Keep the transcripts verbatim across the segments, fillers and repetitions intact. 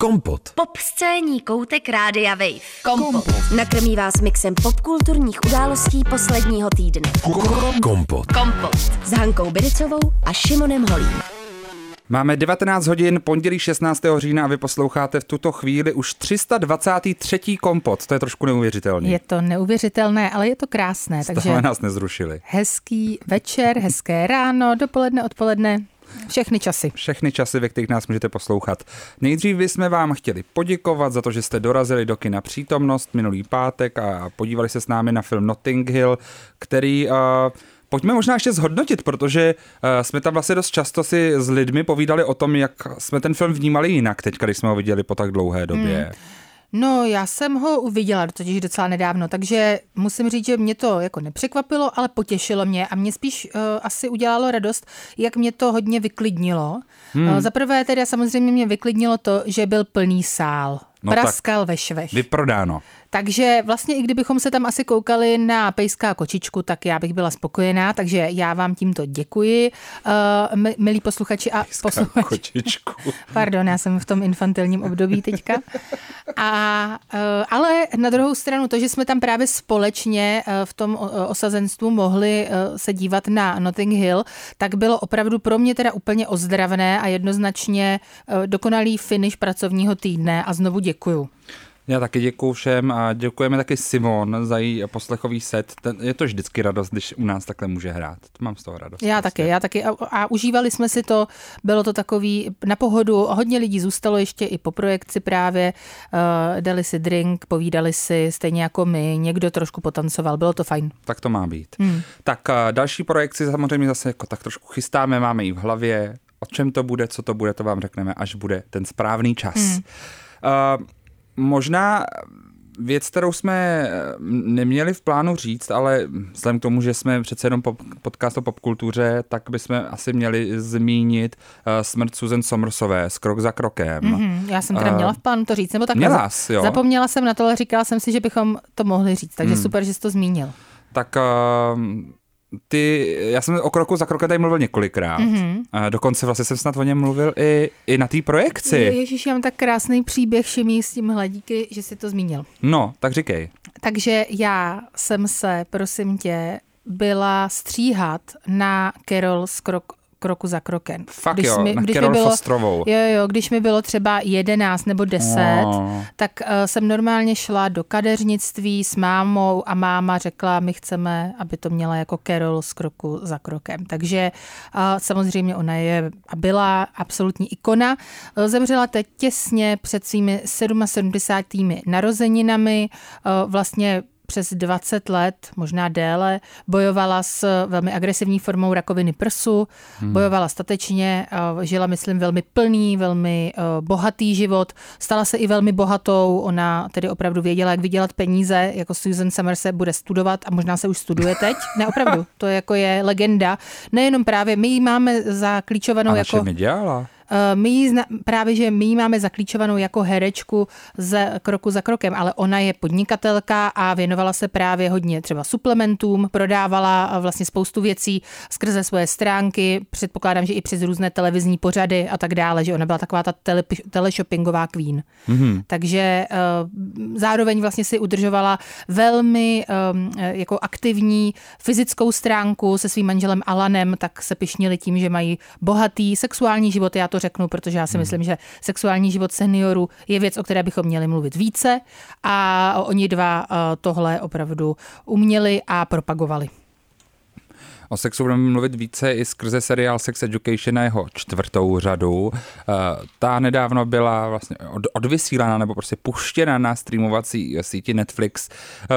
Kompot. Pop scéní koutek Rádia Wave. Kompot. Kompot. Nakrmí vás mixem popkulturních událostí posledního týdne. Kompot. Kompot. S Hankou Bidicovou a Šimonem Holím. Máme devatenáct hodin, pondělí šestnáctého října a vy posloucháte v tuto chvíli už tři sta dvacátý třetí Kompot. To je trošku neuvěřitelné. Je to neuvěřitelné, ale je to krásné. Stále takže nás nezrušili. Hezký večer, hezké ráno, dopoledne, odpoledne. Všechny časy. Všechny časy, ve kterých nás můžete poslouchat. Nejdřív jsme vám chtěli poděkovat za to, že jste dorazili do kina Přítomnost minulý pátek a podívali se s námi na film Notting Hill, který... Uh, Pojďme možná ještě zhodnotit, protože uh, jsme tam vlastně dost často si s lidmi povídali o tom, jak jsme ten film vnímali jinak teď, když jsme ho viděli po tak dlouhé době. Hmm. No, já jsem ho uviděla totiž docela nedávno, takže musím říct, že mě to jako nepřekvapilo, ale potěšilo mě a mě spíš uh, asi udělalo radost, jak mě to hodně vyklidnilo. Hmm. Uh, za prvé teda samozřejmě mě vyklidnilo to, že byl plný sál. No praskal ve švech. Vyprodáno. Takže vlastně i kdybychom se tam asi koukali na Pejska a kočičku, tak já bych byla spokojená, takže já vám tímto děkuji, uh, milí posluchači a posluchači. Kočičku. Pardon, já jsem v tom infantilním období teďka. A, uh, ale na druhou stranu to, že jsme tam právě společně uh, v tom uh, osazenstvu mohli uh, se dívat na Notting Hill, tak bylo opravdu pro mě teda úplně ozdravné a jednoznačně uh, dokonalý finish pracovního týdne a znovu děkuju. Já taky děkuju všem a děkujeme taky Simon za její poslechový set. Ten, je to vždycky radost, když u nás takhle může hrát. Mám z toho radost. Já taky, já taky. A, a užívali jsme si to, bylo to takový na pohodu. Hodně lidí zůstalo ještě i po projekci právě. Uh, dali si drink, povídali si stejně jako my. Někdo trošku potancoval, bylo to fajn. Tak to má být. Hmm. Tak uh, další projekci samozřejmě zase jako tak trošku chystáme, máme ji v hlavě. O čem to bude, co to bude, to vám řekneme, až bude ten správný čas. Hmm. Uh, Možná věc, kterou jsme neměli v plánu říct, ale vzhledem k tomu, že jsme přece jenom podcast o popkultuře, tak bychom asi měli zmínit smrt Susan Somersové s Krok za krokem. Mm-hmm, já jsem teda měla v plánu to říct, nebo tak měla jsi, jo? Zapomněla jsem na to, ale říkala jsem si, že bychom to mohli říct, takže mm. super, že jsi to zmínil. Tak... Uh, Ty, já jsem o Kroku za krokem tady mluvil několikrát. Mm-hmm. Dokonce vlastně jsem snad o něm mluvil i, i na té projekci. Ježiš, já mám tak krásný příběh, Šimí, s tím hladíky, že jsi to zmínil. No, tak říkej. Takže já jsem se, prosím tě, byla stříhat na Carol z Krok Kroku za krokem. Fakt když jo, mi, na když Carol mi bylo, Fosterovou. Jo, jo, když mi bylo třeba jedenáct nebo deset, oh. tak uh, jsem normálně šla do kadeřnictví s mámou a máma řekla, my chceme, aby to měla jako Carol z Kroku za krokem. Takže uh, samozřejmě ona je a byla absolutní ikona. Uh, zemřela teď těsně před svými sedmdesátými narozeninami. Uh, vlastně přes dvacet let, možná déle, bojovala s velmi agresivní formou rakoviny prsu, hmm. bojovala statečně, žila, myslím, velmi plný, velmi bohatý život, stala se i velmi bohatou, ona tedy opravdu věděla, jak vydělat peníze, jako Susan Somers se bude studovat a možná se už studuje teď, ne opravdu, to jako je legenda, nejenom právě, my ji máme zaklíčovanou a jako... A mi dělala? My jí zna, právě, že my jí máme zaklíčovanou jako herečku z Kroku za krokem, ale ona je podnikatelka a věnovala se právě hodně třeba suplementům, prodávala vlastně spoustu věcí skrze svoje stránky, předpokládám, že i přes různé televizní pořady a tak dále, že ona byla taková ta tele, teleshoppingová queen. Mm-hmm. Takže uh, zároveň vlastně si udržovala velmi um, jako aktivní fyzickou stránku se svým manželem Alanem, tak se pyšnili tím, že mají bohatý sexuální život. Já to řeknu, protože já si myslím, že sexuální život seniorů je věc, o které bychom měli mluvit více a oni dva tohle opravdu uměli a propagovali. O sexu budeme mluvit více i skrze seriál Sex Education na jeho čtvrtou řadu. Ta nedávno byla vlastně odvysílána nebo prostě puštěna na streamovací síti Netflix.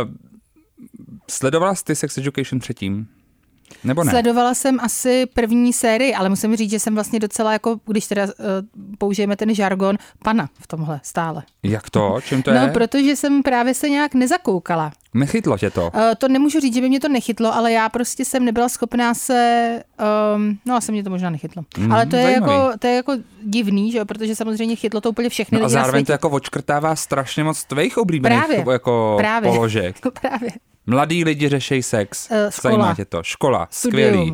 Sledovala jsi ty Sex Education předtím? Nebo ne? Sledovala jsem asi první sérii, ale musím říct, že jsem vlastně docela jako, když teda uh, použijeme ten žargon, pana v tomhle stále. Jak to? Čím to je? No, protože jsem právě se nějak nezakoukala. Nechytlo tě to? Uh, to nemůžu říct, že by mě to nechytlo, ale já prostě jsem nebyla schopná se, um, no asi mě to možná nechytlo. Mm, ale to je, jako, to je jako divný, že jo, protože samozřejmě chytlo to úplně všechny no lidi na světě. A zároveň to jako odškrtává strašně moc tvých oblíbených právě, jako právě, položek. Právě. Mladí lidi řešejí sex, uh, zajímá tě to. Škola, skvělý.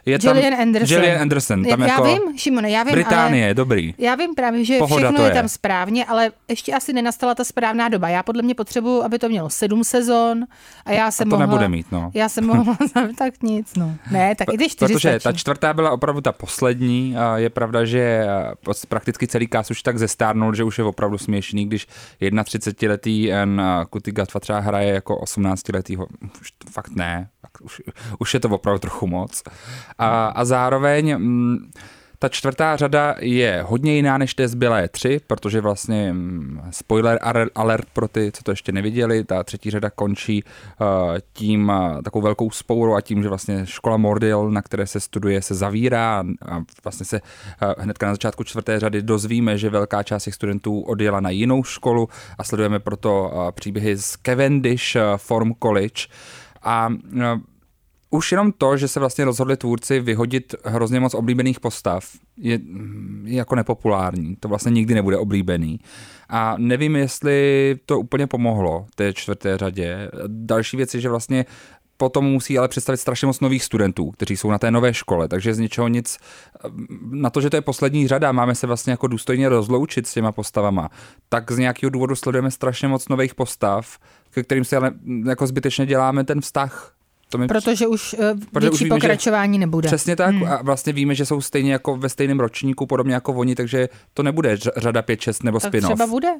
Je Gillian tam Anderson. Gillian Anderson. Tam já jako vím, Šimone, já vím, Británie, ale dobrý. Já vím právě, že Pohoda všechno je. je tam správně, ale ještě asi nenastala ta správná doba. Já podle mě potřebuji, aby to mělo sedm sezon a já jsem a to mohla... nebude mít, no. Já jsem mohla... tak nic, no. Ne, tak i ty čtyři Protože stačí. ta čtvrtá byla opravdu ta poslední a je pravda, že prakticky celý cast už tak zestárnul, že už je opravdu směšný, když třicetiletý Anne Cutty-Gatwa třeba hraje jako osmnáctiletýho. Už to fakt ne, už, už je to opravdu trochu moc. A, a zároveň m, ta čtvrtá řada je hodně jiná než ty zbylé tři, protože vlastně m, spoiler alert pro ty, co to ještě neviděli, ta třetí řada končí uh, tím uh, takovou velkou vzpourou a tím, že vlastně škola Mordil, na které se studuje, se zavírá a vlastně se uh, hnedka na začátku čtvrté řady dozvíme, že velká část těch studentů odjela na jinou školu a sledujeme proto uh, příběhy z Cavendish uh, Form College a uh, už jenom to, že se vlastně rozhodli tvůrci vyhodit hrozně moc oblíbených postav, je, je jako nepopulární. To vlastně nikdy nebude oblíbený. A nevím, jestli to úplně pomohlo té čtvrté řadě. Další věc je, že vlastně potom musí ale představit strašně moc nových studentů, kteří jsou na té nové škole, takže z ničeho nic, na to, že to je poslední řada, máme se vlastně jako důstojně rozloučit s těma postavama, tak z nějakého důvodu sledujeme strašně moc nových postav, ke kterým si ale jako zbytečně děláme ten vztah. To mi... Protože už uh, Protože větší už víme, pokračování nebude. Přesně tak hmm. a vlastně víme, že jsou stejně jako ve stejném ročníku, podobně jako oni, takže to nebude řada pět, šest nebo tak spin-off. třeba bude.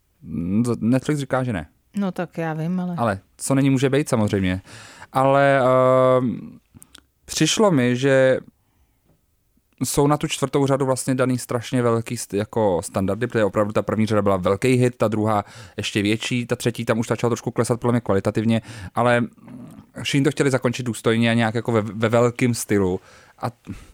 Netflix říká, že ne. No tak já vím, ale... Ale co není, může být samozřejmě. Ale uh, přišlo mi, že jsou na tu čtvrtou řadu vlastně daný strašně velký jako standardy, protože opravdu ta první řada byla velký hit, ta druhá ještě větší, ta třetí tam už začala trošku klesat podle mě kvalitativně, ale všichni to chtěli zakončit důstojně a nějak jako ve, ve velkém stylu a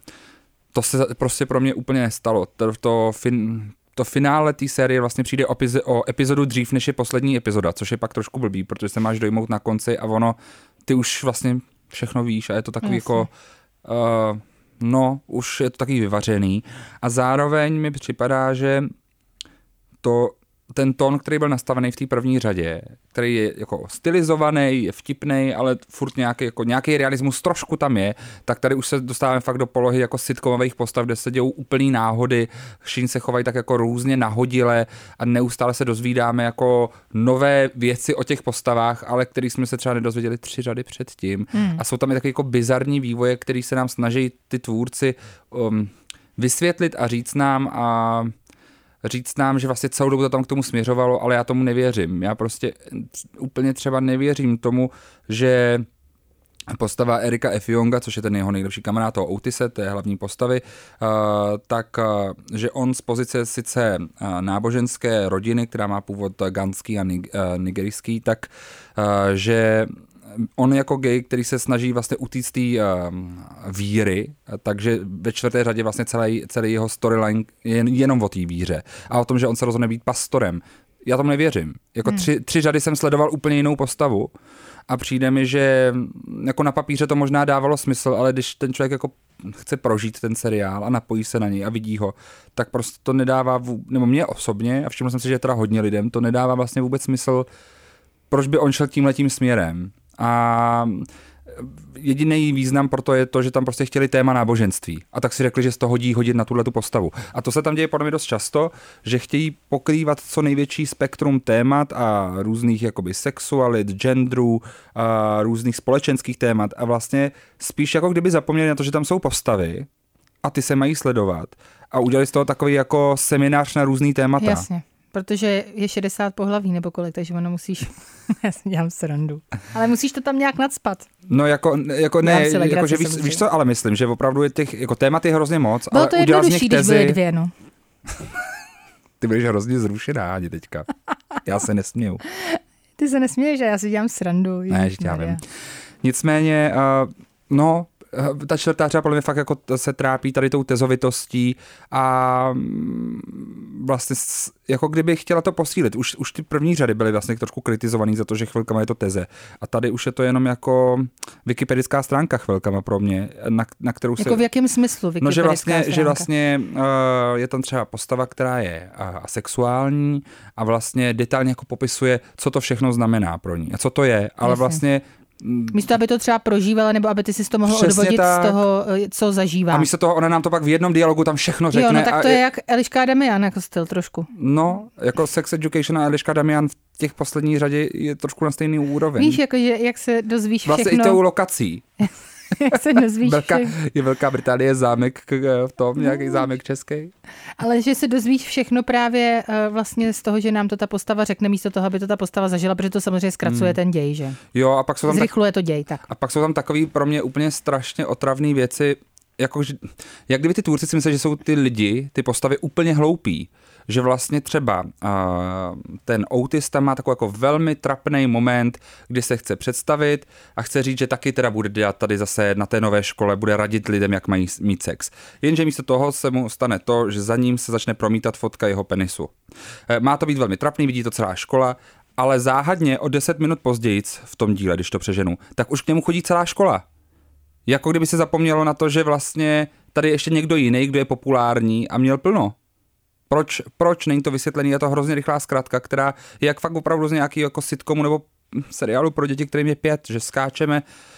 to se prostě pro mě úplně nestalo. To, to, fin, to finále té série vlastně přijde o, o epizodu dřív, než je poslední epizoda, což je pak trošku blbý, protože se máš dojmout na konci a ono, ty už vlastně všechno víš a je to takový Jasně. jako... Uh, no, už je to taky vyvařený a zároveň mi připadá, že to, ten tón, který byl nastavený v té první řadě, který je jako stylizovaný, je vtipnej, ale furt nějaký, jako nějaký realismus trošku tam je, tak tady už se dostáváme fakt do polohy jako sitcomových postav, kde se dějou úplný náhody, všichni se chovají tak jako různě nahodile a neustále se dozvídáme jako nové věci o těch postavách, ale který jsme se třeba nedozvěděli tři řady předtím. Hmm. A jsou tam i taky jako bizarní vývoje, který se nám snaží ty tvůrci um, vysvětlit a říct nám a říct nám, že vlastně celou dobu to tam k tomu směřovalo, ale já tomu nevěřím. Já prostě úplně třeba nevěřím tomu, že postava Erika Efionga, což je ten jeho nejlepší kamarád toho Otise, té hlavní postavy, uh, tak, uh, že on z pozice sice uh, náboženské rodiny, která má původ ganský a nig- uh, nigerijský, tak uh, že on jako gay, který se snaží vlastně utíct té uh, víry, takže ve čtvrté řadě vlastně celý, celý jeho storyline je jenom o té víře a o tom, že on se rozhodne být pastorem. Já tomu nevěřím. Jako hmm. tři, tři řady jsem sledoval úplně jinou postavu a přijde mi, že jako na papíře to možná dávalo smysl, ale když ten člověk jako chce prožít ten seriál a napojí se na něj a vidí ho, tak prostě to nedává, nebo mě osobně, a všiml jsem si, že teda hodně lidem, to nedává vlastně vůbec smysl, proč by on šel tímhletím směrem. A jediný význam pro to je to, že tam prostě chtěli téma náboženství. A tak si řekli, že se to hodí hodit na tuhletu postavu. A to se tam děje podle mě dost často, že chtějí pokrývat co největší spektrum témat a různých jakoby sexualit, genderů, a různých společenských témat a vlastně spíš jako kdyby zapomněli na to, že tam jsou postavy a ty se mají sledovat a udělali z toho takový jako seminář na různý témata. Jasně. Protože je šedesát pohlaví nebo kolik, takže ono musíš, já si dělám srandu, ale musíš to tam nějak nacpat. No jako, jako ne, jako, že víš, víš co, ale myslím, že opravdu je těch, jako témat je hrozně moc, bylo ale to udělat z nich když tezi. Byly dvě, no. Ty budeš hrozně zrušená, Ani, teďka. Já se nesměju. Ty se nesměješ, že já si dělám srandu. Ne, že já vím. Nicméně, uh, no, ta čtvrtá třeba podle mě fakt jako se trápí tady tou tezovitostí a vlastně jako kdyby chtěla to posílit. Už, už ty první řady byly vlastně trošku kritizovaný za to, že chvilkama je to teze. A tady už je to jenom jako wikipedická stránka chvilkama pro mě, na, na kterou se... Jako v jakém smyslu wikipedická No, že vlastně, stránka? že vlastně uh, je tam třeba postava, která je uh, asexuální a vlastně detailně jako popisuje, co to všechno znamená pro ní a co to je, ale Jasně. vlastně Místo, aby to třeba prožívala, nebo aby ty si to mohl Přesně odvodit tak. z toho, co zažívá. A místo toho ona nám to pak v jednom dialogu tam všechno řekne. Jo, no tak to a je jak Eliška Damian jako styl trošku. No, jako Sex Education a Eliška Damian v těch posledních řadě je trošku na stejný úroveň. Víš, jako, že jak se dozvíš vlastně všechno. Vlastně i tou lokací. Jak se dozvíš Velká, všechno. je Velká Británie zámek v tom, nějaký zámek český. Ale že se dozvíš všechno právě uh, vlastně z toho, že nám to ta postava řekne místo toho, aby to ta postava zažila, protože to samozřejmě zkracuje hmm. ten děj, že? Jo, a pak jsou tam Zrychluje tak, to děj, tak. A pak jsou tam takový pro mě úplně strašně otravné věci, jako, jak kdyby ty tvůrci si mysleli, že jsou ty lidi, ty postavy úplně hloupí. Že vlastně třeba uh, ten autista má takový jako velmi trapný moment, kdy se chce představit a chce říct, že taky teda bude dělat tady zase na té nové škole, bude radit lidem, jak mají mít sex. Jenže místo toho se mu stane to, že za ním se začne promítat fotka jeho penisu. E, má to být velmi trapný, vidí to celá škola, ale záhadně o deset minut později v tom díle, když to přeženu, tak už k němu chodí celá škola. Jako kdyby se zapomnělo na to, že vlastně tady ještě někdo jiný, kdo je populární a měl plno. Proč, proč není to vysvětlený? Je to hrozně rychlá zkratka, která je jak fakt opravdu z nějaký jako sitcomu nebo seriálu pro děti, kterým je pět, že skáčeme.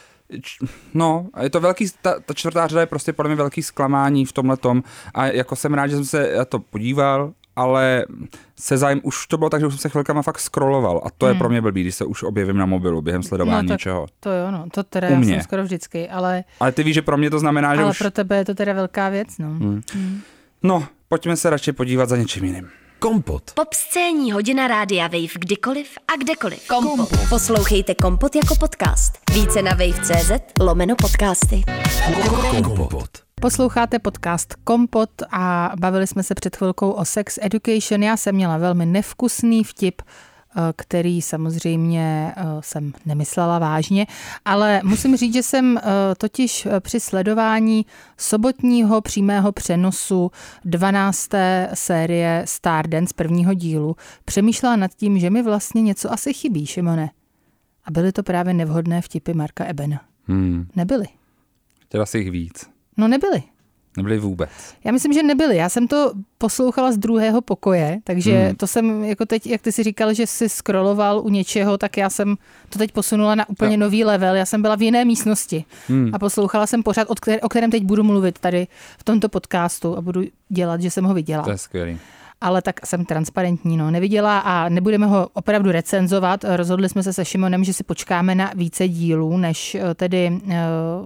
No, a je to velký, ta, ta čtvrtá řada je prostě podle mě velký zklamání v tomhletom a jako jsem rád, že jsem se na to podíval, ale se zájem už to bylo tak, že už jsem se chvilkama fakt scrolloval a to hmm. je pro mě blbý, když se už objevím na mobilu během sledování no, něčeho. To jo, no, to teda já jsem skoro vždycky, ale... Ale ty víš, že pro mě to znamená, že ale už... pro tebe je to teda velká věc, no. Hmm. Hmm. No, pojďme se radši podívat za něčím jiným. Kompot. Popscénní hodina Rádia Wave kdykoliv a kdekoliv. Kompot. Poslouchejte Kompot jako podcast. Více na wave tečka cz lomeno podcasty. Kompot. Posloucháte podcast Kompot a bavili jsme se před chvilkou o Sex Education. Já jsem měla velmi nevkusný vtip, který samozřejmě jsem nemyslela vážně, ale musím říct, že jsem totiž při sledování sobotního přímého přenosu dvanácté série Stardance prvního dílu přemýšlela nad tím, že mi vlastně něco asi chybí, Šimone. A byly to právě nevhodné vtipy Marka Ebena. Hmm. Nebyly. Chtěla si jich víc. No nebyly. Nebyly vůbec. Já myslím, že nebyly. Já jsem to poslouchala z druhého pokoje, takže hmm. to jsem jako teď, jak ty si říkal, že jsi scrolloval u něčeho, tak já jsem to teď posunula na úplně nový level. Já jsem byla v jiné místnosti hmm. a poslouchala jsem pořád, o kterém teď budu mluvit tady v tomto podcastu a budu dělat, že jsem ho viděla. To je skvělý. Ale tak jsem transparentní, no, neviděla a nebudeme ho opravdu recenzovat. Rozhodli jsme se se Šimonem, že si počkáme na více dílů, než tedy uh,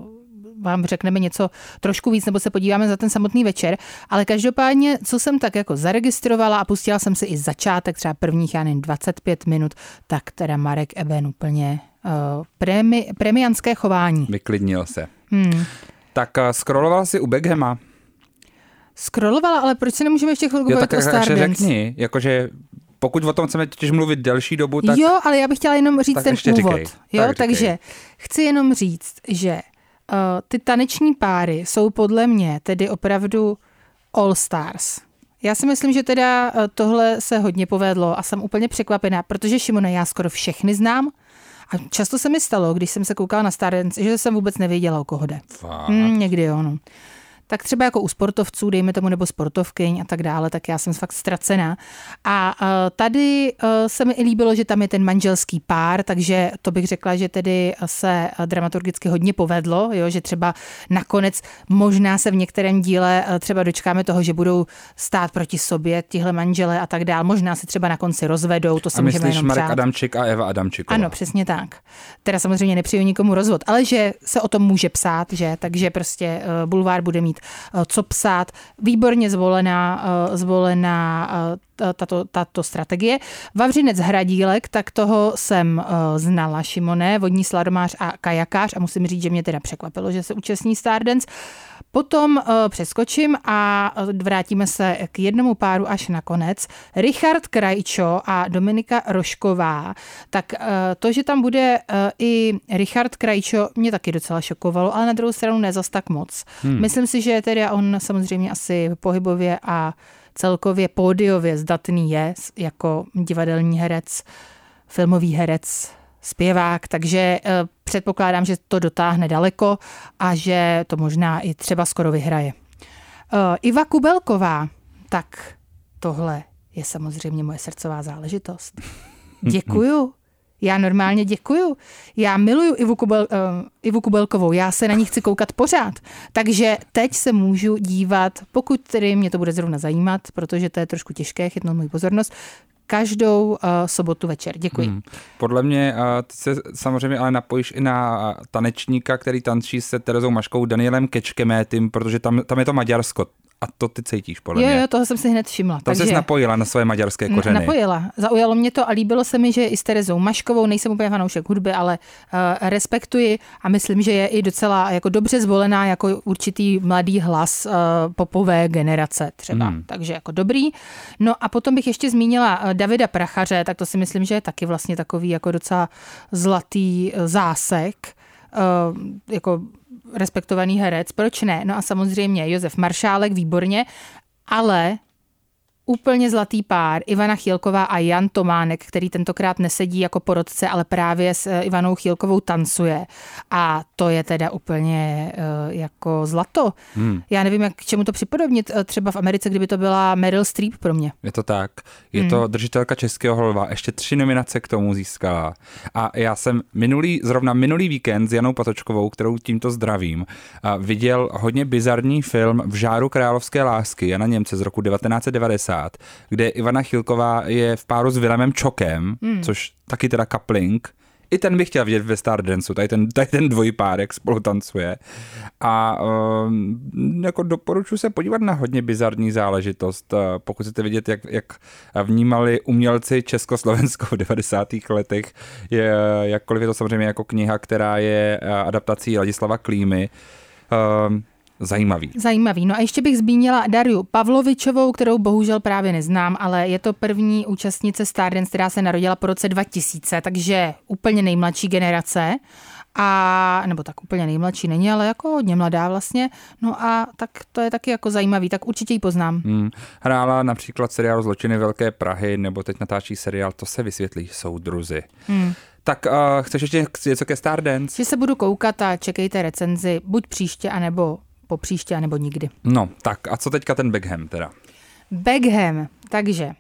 vám řekneme něco trošku víc, nebo se podíváme za ten samotný večer, ale každopádně, co jsem tak jako zaregistrovala a pustila jsem si i začátek, třeba prvních, já nevím, dvacet pět minut, tak teda Marek Eben úplně uh, premi, premianské chování. Vyklidnil se. Hmm. Tak uh, scrollovala si u Beckhama? Scrollovala, ale proč se nemůžeme ještě chvilku bavit o Stardance? Řekni, jakože pokud o tom chceme těž mluvit delší dobu, tak... Jo, ale já bych chtěla jenom říct ten úvod. Říkej. Jo, tak takže říkej. Chci jenom říct, že Uh, ty taneční páry jsou podle mě tedy opravdu all stars. Já si myslím, že teda uh, tohle se hodně povedlo a jsem úplně překvapená, protože Šimone, já skoro všechny znám a často se mi stalo, když jsem se koukala na Stardance, že jsem vůbec nevěděla, o koho jde. Hmm, někdy jo, no. Tak třeba jako u sportovců, dejme tomu, nebo sportovkyň a tak dále, tak já jsem fakt ztracená. A uh, tady uh, se mi i líbilo, že tam je ten manželský pár, takže to bych řekla, že tedy se uh, dramaturgicky hodně povedlo, jo, že třeba nakonec možná se v některém díle uh, třeba dočkáme toho, že budou stát proti sobě tihle manžele a tak dále. Možná se třeba na konci rozvedou, to se můžeme jenom Marek přát. Adamčík a Eva Adamčíková. Ano, přesně tak. Teda samozřejmě nepřeju nikomu rozvod, ale že se o tom může psát, že, takže prostě uh, bulvár bude mít co psát. Výborně zvolená, zvolená tato, tato strategie. Vavřinec Hradílek, tak toho jsem znala, Šimone, vodní sladomář a kajakář a musím říct, že mě teda překvapilo, že se účastní Stardance. Potom uh, přeskočím a vrátíme se k jednomu páru až na konec. Richard Krajčo a Dominika Rožková. Tak uh, to, že tam bude uh, i Richard Krajčo, mě taky docela šokovalo, ale na druhou stranu ne zas tak moc. Hmm. Myslím si, že tedy on samozřejmě asi pohybově a celkově pódiově zdatný je jako divadelní herec, filmový herec, zpěvák, takže uh, předpokládám, že to dotáhne daleko a že to možná i třeba skoro vyhraje. Uh, Iva Kubelková, tak tohle je samozřejmě moje srdcová záležitost. Děkuju. Já normálně děkuju. Já miluju Ivu, Kubel, uh, Ivu Kubelkovou, já se na ní chci koukat pořád. Takže teď se můžu dívat, pokud tedy mě to bude zrovna zajímat, protože to je trošku těžké chytnout můj pozornost, každou uh, sobotu večer. Děkuji. Hmm. Podle mě uh, ty se samozřejmě ale napojíš i na tanečníka, který tančí se Terezou Maškou, Danielem Kečkemétym, protože tam, tam je to Maďarsko. A to ty cítíš, podle jo, mě. Jo, toho jsem si hned všimla. To jsi napojila na své maďarské kořeny. Napojila. Zaujalo mě to a líbilo se mi, že i s Terezou Maškovou, nejsem úplně fanoušek hudby, ale uh, respektuji a myslím, že je i docela jako dobře zvolená jako určitý mladý hlas uh, popové generace třeba. Hmm. Takže jako dobrý. No a potom bych ještě zmínila uh, Davida Prachaře, tak to si myslím, že je taky vlastně takový jako docela zlatý uh, zásek. Uh, jako respektovaný herec, proč ne? No a samozřejmě Josef Maršálek, výborně, ale úplně zlatý pár, Ivana Chýlková a Jan Tománek, který tentokrát nesedí jako porotce, ale právě s Ivanou Chýlkovou tancuje. A to je teda úplně uh, jako zlato. Hmm. Já nevím, jak k čemu to připodobnit. Třeba v Americe, kdyby to byla Meryl Streep pro mě. Je to tak. Je hmm. to držitelka Českého lva. Ještě tři nominace k tomu získala. A já jsem minulý, zrovna minulý víkend s Janou Patočkovou, kterou tímto zdravím, viděl hodně bizarní film V žáru královské lásky Jana Němce z roku devatenáct set devadesát, kde Ivana Chýlková je v páru s Vilemem Čokem, hmm. což taky teda coupling. I ten bych chtěl vidět ve Stardanceu, tady ten, tady ten dvojí párek spolu tancuje. A um, jako doporučuji se podívat na hodně bizarní záležitost, pokud chcete vidět, jak, jak vnímali umělci Československo v devadesátých letech, je, jakkoliv je to samozřejmě jako kniha, která je adaptací Ladislava Klímy. Um, Zajímavý. Zajímavý. No a ještě bych zmínila Dariu Pavlovičovou, kterou bohužel právě neznám, ale je to první účastnice Stardance, která se narodila po roce dva tisíce, takže úplně nejmladší generace. A, nebo tak úplně nejmladší není, ale jako hodně mladá vlastně. No a tak to je taky jako zajímavý, tak určitě ji poznám. Hmm. Hrála například seriál Zločiny Velké Prahy, nebo teď natáčí seriál To se vysvětlí, soudruzi. Hmm. Tak uh, chceš ještě něco ke Stardance? Že se budu koukat a čekejte recenzi buď příště, anebo po příště, anebo nikdy. No, tak a co teďka ten Beckham teda? Beckham, takže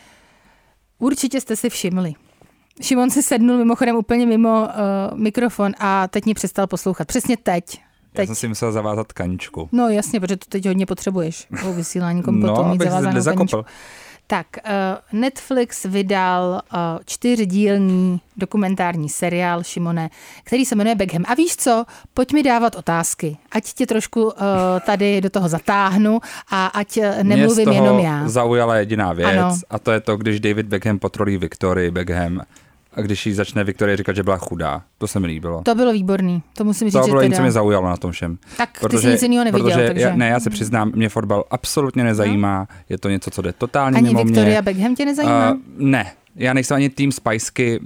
určitě jste si všimli. Šimon si sednul mimochodem úplně mimo uh, mikrofon a teď mě přestal poslouchat. Přesně teď. teď. Já jsem si musel zavázat kaničku. No jasně, protože to teď hodně potřebuješ. O vysílání kompotu no, mít zavázanou kaničku. Tak, uh, Netflix vydal uh, čtyřdílný dokumentární seriál, Šimone, který se jmenuje Beckham. A víš co? Pojď mi dávat otázky. Ať tě trošku uh, tady do toho zatáhnu a ať nemluvím jenom já. Mě z toho zaujala jediná věc, ano. A to je to, když David Beckham potrolí Victorii Beckham a když jí začne Victorie říkat, že byla chudá. To se mi líbilo. To bylo výborný. To musím říct, to bylo že něco mě zaujalo na tom všem. Tak protože, ty jsi nic jiného neviděl. Protože takže... já, ne, já se přiznám, mě fotbal absolutně nezajímá. No. Je to něco, co jde totálně ani mimo mě. Ani Victoria Beckham tě nezajímá? Uh, ne. Já nejsem ani tým Spiceky.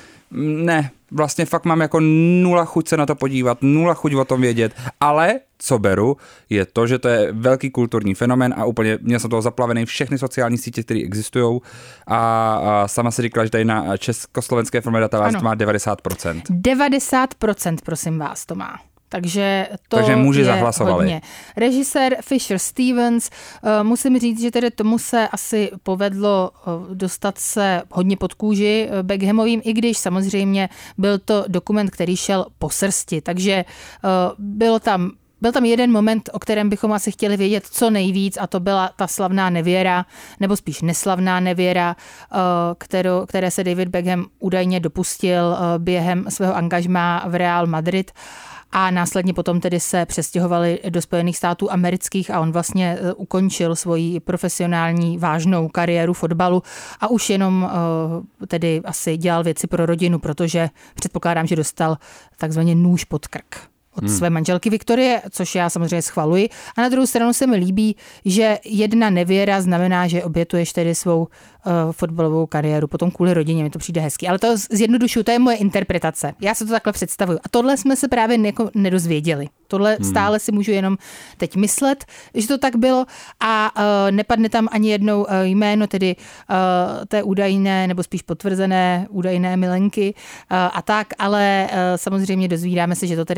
Ne. Vlastně fakt mám jako nula chuť se na to podívat, nula chuť o tom vědět, ale co beru, je to, že to je velký kulturní fenomén a úplně měl jsem toho zaplavený všechny sociální sítě, které existují a, a sama si říkala, že tady na československé filmové databázi to má devadesát procent. devadesát procent, prosím vás, to má. Takže to Takže muži je zahlasovali. Hodně. Režisér Fisher Stevens, uh, musím říct, že tedy tomu se asi povedlo uh, dostat se hodně pod kůži uh, Beckhamovým, i když samozřejmě byl to dokument, který šel po srsti. Takže uh, bylo tam Byl tam jeden moment, o kterém bychom asi chtěli vědět co nejvíc, a to byla ta slavná nevěra, nebo spíš neslavná nevěra, kterou, které se David Beckham údajně dopustil během svého angažmá v Real Madrid. A následně potom tedy se přestěhovali do Spojených států amerických a on vlastně ukončil svoji profesionální vážnou kariéru fotbalu a už jenom tedy asi dělal věci pro rodinu, protože předpokládám, že dostal takzvaně nůž pod krk od hmm. své manželky Viktorie, což já samozřejmě schvaluji. A na druhou stranu se mi líbí, že jedna nevěra znamená, že obětuješ tedy svou uh, fotbalovou kariéru, potom kvůli rodině, mi to přijde hezky. Ale to zjednodušuju, to je moje interpretace. Já se to takhle představuju. A tohle jsme se právě jako nedozvěděli. Tohle hmm. stále si můžu jenom teď myslet, že to tak bylo a uh, nepadne tam ani jednou uh, jméno tedy uh, té údajné, nebo spíš potvrzené údajné milenky uh, a tak, ale uh, samozřejmě dozvídáme se, že to tedy byly nej,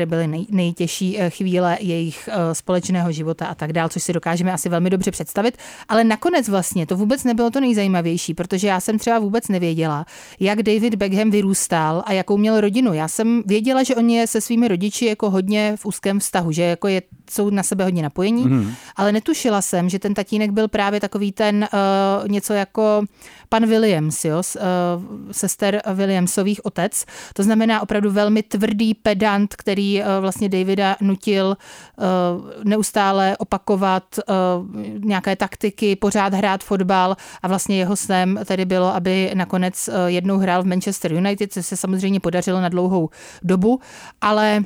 nejtěžší chvíle jejich společného života a tak dál, což si dokážeme asi velmi dobře představit. Ale nakonec vlastně to vůbec nebylo to nejzajímavější, protože já jsem třeba vůbec nevěděla, jak David Beckham vyrůstal a jakou měl rodinu. Já jsem věděla, že on je se svými rodiči jako hodně v úzkém vztahu, že jako je, jsou na sebe hodně napojení, mm. ale netušila jsem, že ten tatínek byl právě takový ten uh, něco jako pan Williams, jo, uh, sester Williamsových otec. To znamená opravdu velmi tvrdý pedant, který uh, vlastně Davida nutil uh, neustále opakovat uh, nějaké taktiky, pořád hrát fotbal a vlastně jeho snem tedy bylo, aby nakonec uh, jednou hrál v Manchester United, což se samozřejmě podařilo na dlouhou dobu, ale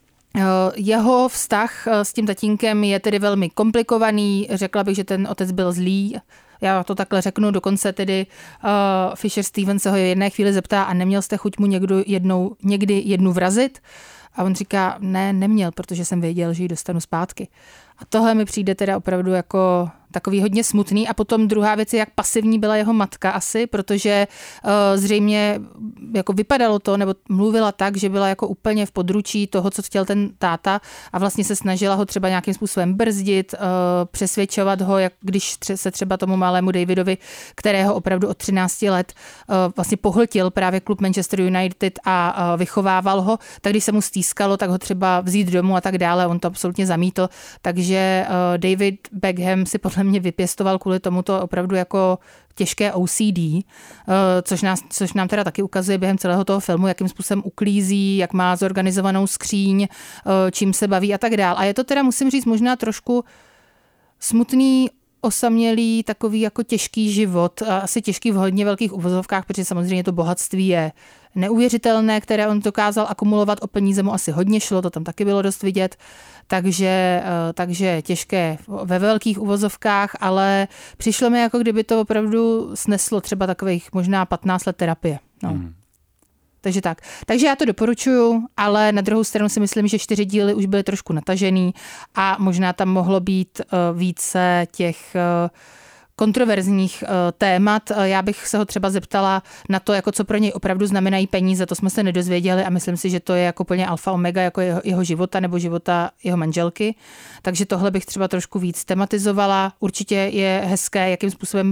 jeho vztah s tím tatínkem je tedy velmi komplikovaný. Řekla bych, že ten otec byl zlý. Já to takhle řeknu, dokonce tedy uh, Fisher Stevens se ho v jedné chvíli zeptá a neměl jste chuť mu někdo jednou, někdy jednu vrazit? A on říká, ne, neměl, protože jsem věděl, že ji dostanu zpátky. A tohle mi přijde teda opravdu jako takový hodně smutný. A potom druhá věc je, jak pasivní byla jeho matka asi, protože uh, zřejmě jako vypadalo to, nebo mluvila tak, že byla jako úplně v područí toho, co chtěl ten táta a vlastně se snažila ho třeba nějakým způsobem brzdit, uh, přesvědčovat ho, jak když se třeba tomu malému Davidovi, kterého opravdu od třinácti let uh, vlastně pohltil právě klub Manchester United a uh, vychovával ho, tak když se mu stýskalo, tak ho třeba vzít domů a tak dále, on to absolutně zamítl, takže uh, David Beckham si podle mě vypěstoval kvůli tomuto opravdu jako těžké O C D, což, nás, což nám teda taky ukazuje během celého toho filmu, jakým způsobem uklízí, jak má zorganizovanou skříň, čím se baví a tak dál. A je to teda, musím říct, možná trošku smutný, osamělý, takový jako těžký život, asi těžký v hodně velkých uvozovkách, protože samozřejmě to bohatství je neuvěřitelné, které on dokázal akumulovat, o peníze mu asi hodně šlo, to tam taky bylo dost vidět, takže, takže těžké ve velkých uvozovkách, ale přišlo mi, jako kdyby to opravdu sneslo třeba takových možná patnáct let terapie. No. Mm. Takže tak. Takže já to doporučuju, ale na druhou stranu si myslím, že čtyři díly už byly trošku natažený a možná tam mohlo být více těch kontroverzních uh, témat. Já bych se ho třeba zeptala na to, jako co pro něj opravdu znamenají peníze, to jsme se nedozvěděli a myslím si, že to je jako plně alfa omega jako jeho, jeho života nebo života jeho manželky. Takže tohle bych třeba trošku víc tematizovala. Určitě je hezké, jakým způsobem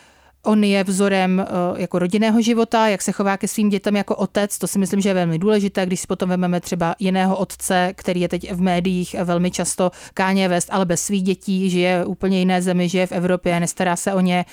on je vzorem jako rodinného života, jak se chová ke svým dětem jako otec, to si myslím, že je velmi důležité, když si potom vezmeme třeba jiného otce, který je teď v médiích velmi často Kanye West, ale bez svých dětí, žije v úplně jiné zemi, žije v Evropě, nestará se o ně,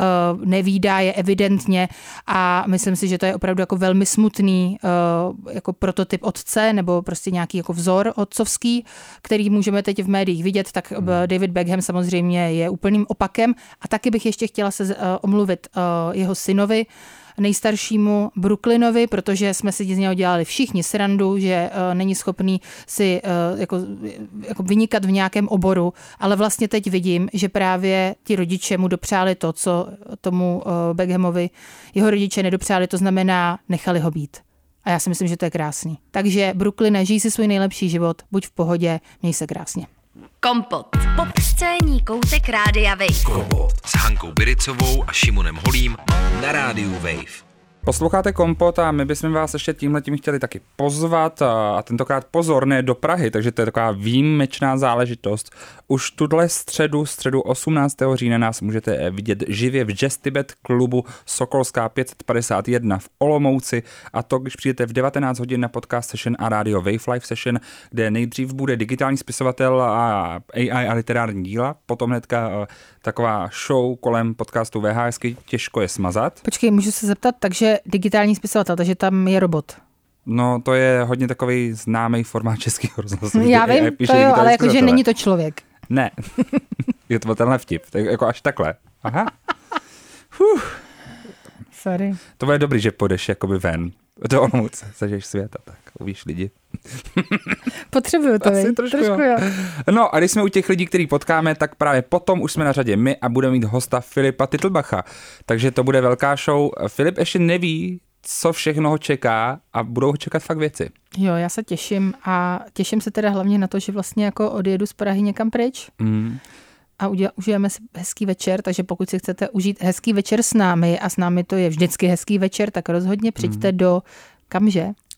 nevídá je evidentně a myslím si, že to je opravdu jako velmi smutný jako prototyp otce nebo prostě nějaký jako vzor otcovský, který můžeme teď v médiích vidět, tak David Beckham samozřejmě je úplným opakem a taky bych ještě chtěla se mluvit uh, jeho synovi, nejstaršímu Brooklynovi, protože jsme si z něho dělali všichni srandu, že uh, není schopný si uh, jako, jako vynikat v nějakém oboru, ale vlastně teď vidím, že právě ti rodiče mu dopřáli to, co tomu uh, Beckhamovi jeho rodiče nedopřáli, to znamená nechali ho být. A já si myslím, že to je krásný. Takže Brooklyne, žij si svůj nejlepší život, buď v pohodě, měj se krásně. Kompot. Popscénní koutek Rádia Wave. Kompot s Hankou Biricovou a Šimonem Holím na Rádiu Wave. Posloucháte Kompot a my bychom vás ještě tímhletím chtěli taky pozvat a tentokrát pozor, ne do Prahy, takže to je taková výjimečná záležitost. Už tuhle středu, středu osmnáctého října nás můžete vidět živě v Jazz Tibet klubu Sokolská pět set padesát jedna v Olomouci a to, když přijdete v devatenáct hodin na podcast session a Radio Wave Live session, kde nejdřív bude digitální spisovatel a A I a literární díla, potom hnedka taková show kolem podcastu V H S, těžko je smazat. Počkej, můžu se zeptat, takže digitální spisovatel, takže tam je robot. No, to je hodně takový známý formát českého rozhlasu. Já vím, to jo, ale jakože není to člověk. Ne, je to tenhle vtip, tak jako až takhle. Aha. Huh. Sorry. To bude dobrý, že půjdeš jakoby ven do Olomouce, zažiješ svět a tak uvidíš lidi. Potřebuju to, Asi trošku, trošku jo. jo. No a když jsme u těch lidí, který potkáme, tak právě potom už jsme na řadě my a budeme mít hosta Filipa Titlbacha. Takže to bude velká show. Filip ještě neví, co všechno ho čeká a budou ho čekat fakt věci. Jo, já se těším a těším se teda hlavně na to, že vlastně jako odjedu z Prahy někam pryč. Mm. A užijeme si hezký večer, takže pokud si chcete užít hezký večer s námi a s námi to je vždycky hezký večer, tak rozhodně přijďte mm. do kamže?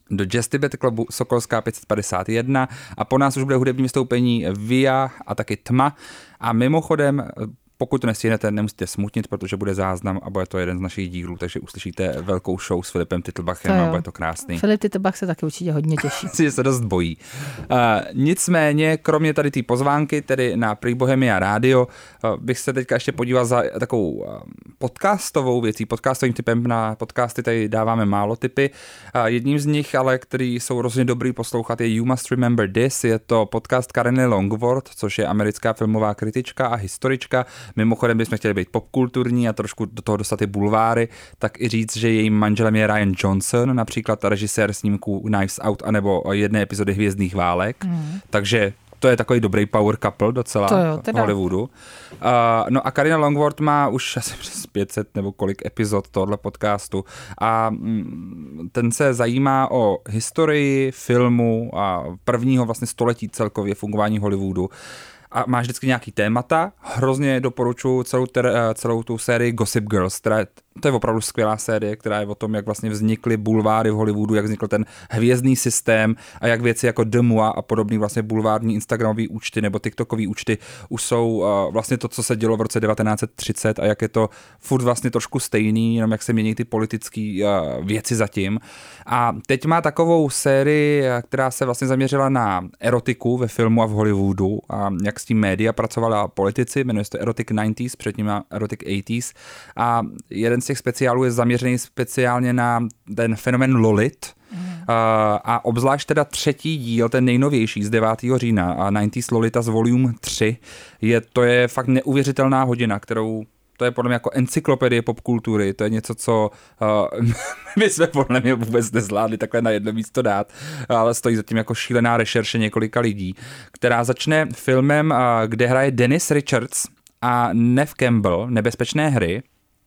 do Jazz Tibet Clubu Sokolská pět set padesát jedna a po nás už bude hudební vystoupení Via a taky Tma. A mimochodem, pokud to nestihnete, nemusíte smutnit, protože bude záznam a bude to jeden z našich dílů, takže uslyšíte velkou show s Filipem Titlbachem a bude to krásný. Filip Titlbach se taky určitě hodně těší. Si se dost bojí. Uh, nicméně, kromě tady té pozvánky, tedy na Prý Bohemia Radio, uh, bych se teďka ještě podíval za takovou uh, podcastovou věcí, podcastovým typem. Na podcasty tady dáváme málo typy. Uh, jedním z nich, ale který jsou rozhodně dobrý poslouchat, je You Must Remember This. Je to podcast Kareny Longworth, což je americká filmová kritička a historička. Mimochodem bychom chtěli být popkulturní a trošku do toho dostat i bulváry, tak i říct, že jejím manželem je Ryan Johnson, například režisér snímků Knives Out anebo jedné epizody Hvězdných válek. Mm. Takže to je takový dobrý power couple docela jo, v Hollywoodu. Uh, no a Karina Longworth má už asi přes pět set nebo kolik epizod tohoto podcastu a mm, ten se zajímá o historii filmu a prvního vlastně století celkově fungování Hollywoodu. A máš vždycky nějaký témata. Hrozně doporučuji celou, ter, celou tu sérii Gossip Girls, která je, to je opravdu skvělá série, která je o tom, jak vlastně vznikly bulváry v Hollywoodu, jak vznikl ten hvězdný systém a jak věci jako The Moi a podobný vlastně bulvární instagramový účty nebo tiktokový účty už jsou uh, vlastně to, co se dělo v roce devatenáct set třicet a jak je to furt vlastně trošku stejný, jenom jak se mění ty politické uh, věci zatím. A teď má takovou sérii, která se vlastně zaměřila na erotiku ve filmu a v Hollywoodu a jak s tím média pracovala politici, jmenuje se to Erotic devadesátých, předtím Erotic osmdesátých a jeden z těch speciálů je zaměřený speciálně na ten fenomén Lolit mm. a obzvlášť teda třetí díl, ten nejnovější z devátého října a devadesátých Lolita z Volume tři, je, to je fakt neuvěřitelná hodina, kterou to je podle mě jako encyklopedie popkultury, to je něco, co uh, my jsme podle mě vůbec nezvládli takhle na jedno místo dát, ale stojí zatím jako šílená rešerše několika lidí, která začne filmem, uh, kde hraje Dennis Richards a Neve Campbell, Nebezpečné hry.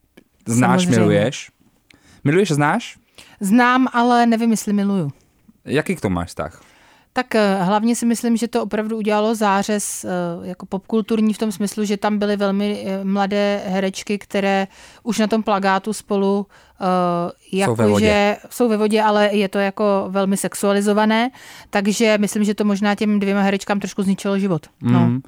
Znáš, samozřejmě. miluješ? Miluješ, znáš? Znám, ale nevím, jestli miluju. Jaký k tomu máš vztah? Tak hlavně si myslím, že to opravdu udělalo zářez jako popkulturní v tom smyslu, že tam byly velmi mladé herečky, které už na tom plakátu spolu jako, jsou ve vodě. Že jsou ve vodě, ale je to jako velmi sexualizované, takže myslím, že to možná těm dvěma herečkám trošku zničilo život. No. Mm. Uh,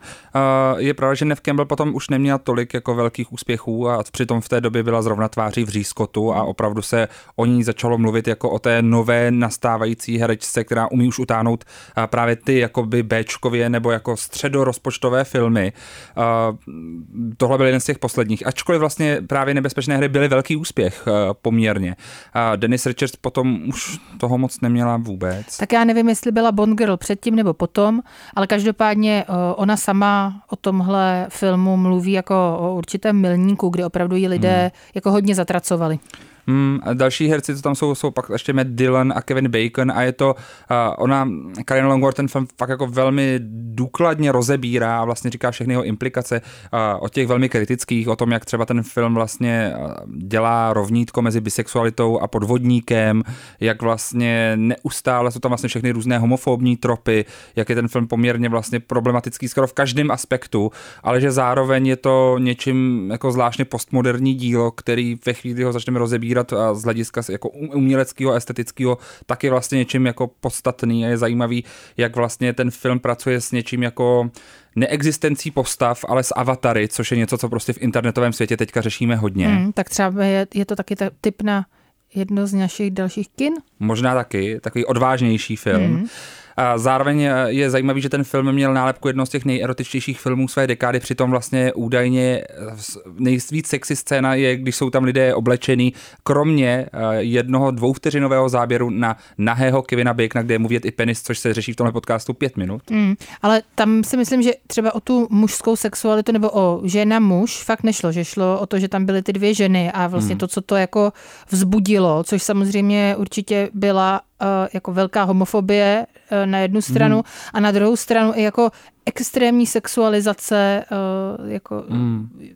je pravda, že Neve Campbell potom už neměla tolik jako velkých úspěchů a přitom v té době byla zrovna tváří v Řízkotu a opravdu se o ní začalo mluvit jako o té nové nastávající herečce, která umí už utáhnout uh, právě ty jakoby béčkově nebo jako středorozpočtové filmy. Uh, tohle byl jeden z těch posledních. Ačkoliv vlastně právě Nebezpečné hry byly velký úspěch uh, poměrně. A Dennis Richards potom už toho moc neměla vůbec. Tak já nevím, jestli byla Bond Girl předtím nebo potom, ale každopádně ona sama o tomhle filmu mluví jako o určitém milníku, kde opravdu ji lidé hmm. jako hodně zatracovali. Hmm, a další herci, co tam jsou, jsou pak ještě Matt Dillon a Kevin Bacon a je to, uh, ona, Karina Longworth ten film fakt jako velmi důkladně rozebírá a vlastně říká všechny jeho implikace uh, o těch velmi kritických, o tom, jak třeba ten film vlastně uh, dělá rovnítko mezi bisexualitou a podvodníkem, jak vlastně neustále jsou tam vlastně všechny různé homofobní tropy, jak je ten film poměrně vlastně problematický skoro v každém aspektu, ale že zároveň je to něčím jako zvláštně postmoderní dílo, který ve chvíli ho začneme rozebírat a z hlediska jako uměleckého, estetického, taky vlastně něčím jako podstatný a je zajímavý, jak vlastně ten film pracuje s něčím jako neexistencí postav, ale s avatary, což je něco, co prostě v internetovém světě teďka řešíme hodně. Hmm, tak třeba je, je to taky ta, typ na jedno z našich dalších kin? Možná taky, takový odvážnější film. Hmm. A zároveň je zajímavý, že ten film měl nálepku jednoho z těch nejerotičtějších filmů své dekády, přitom vlastně údajně nejvíc sexy scéna je, když jsou tam lidé oblečení, kromě jednoho dvouvteřinového záběru na nahého Kevina Bacona, kde je mu vidět i penis, což se řeší v tomhle podcastu pět minut. Mm, ale tam si myslím, že třeba o tu mužskou sexualitu nebo o žena muž fakt nešlo, že šlo o to, že tam byly ty dvě ženy a vlastně mm. to, co to jako vzbudilo, což samozřejmě určitě byla jako velká homofobie na jednu stranu mm. a na druhou stranu i jako extrémní sexualizace jako mm.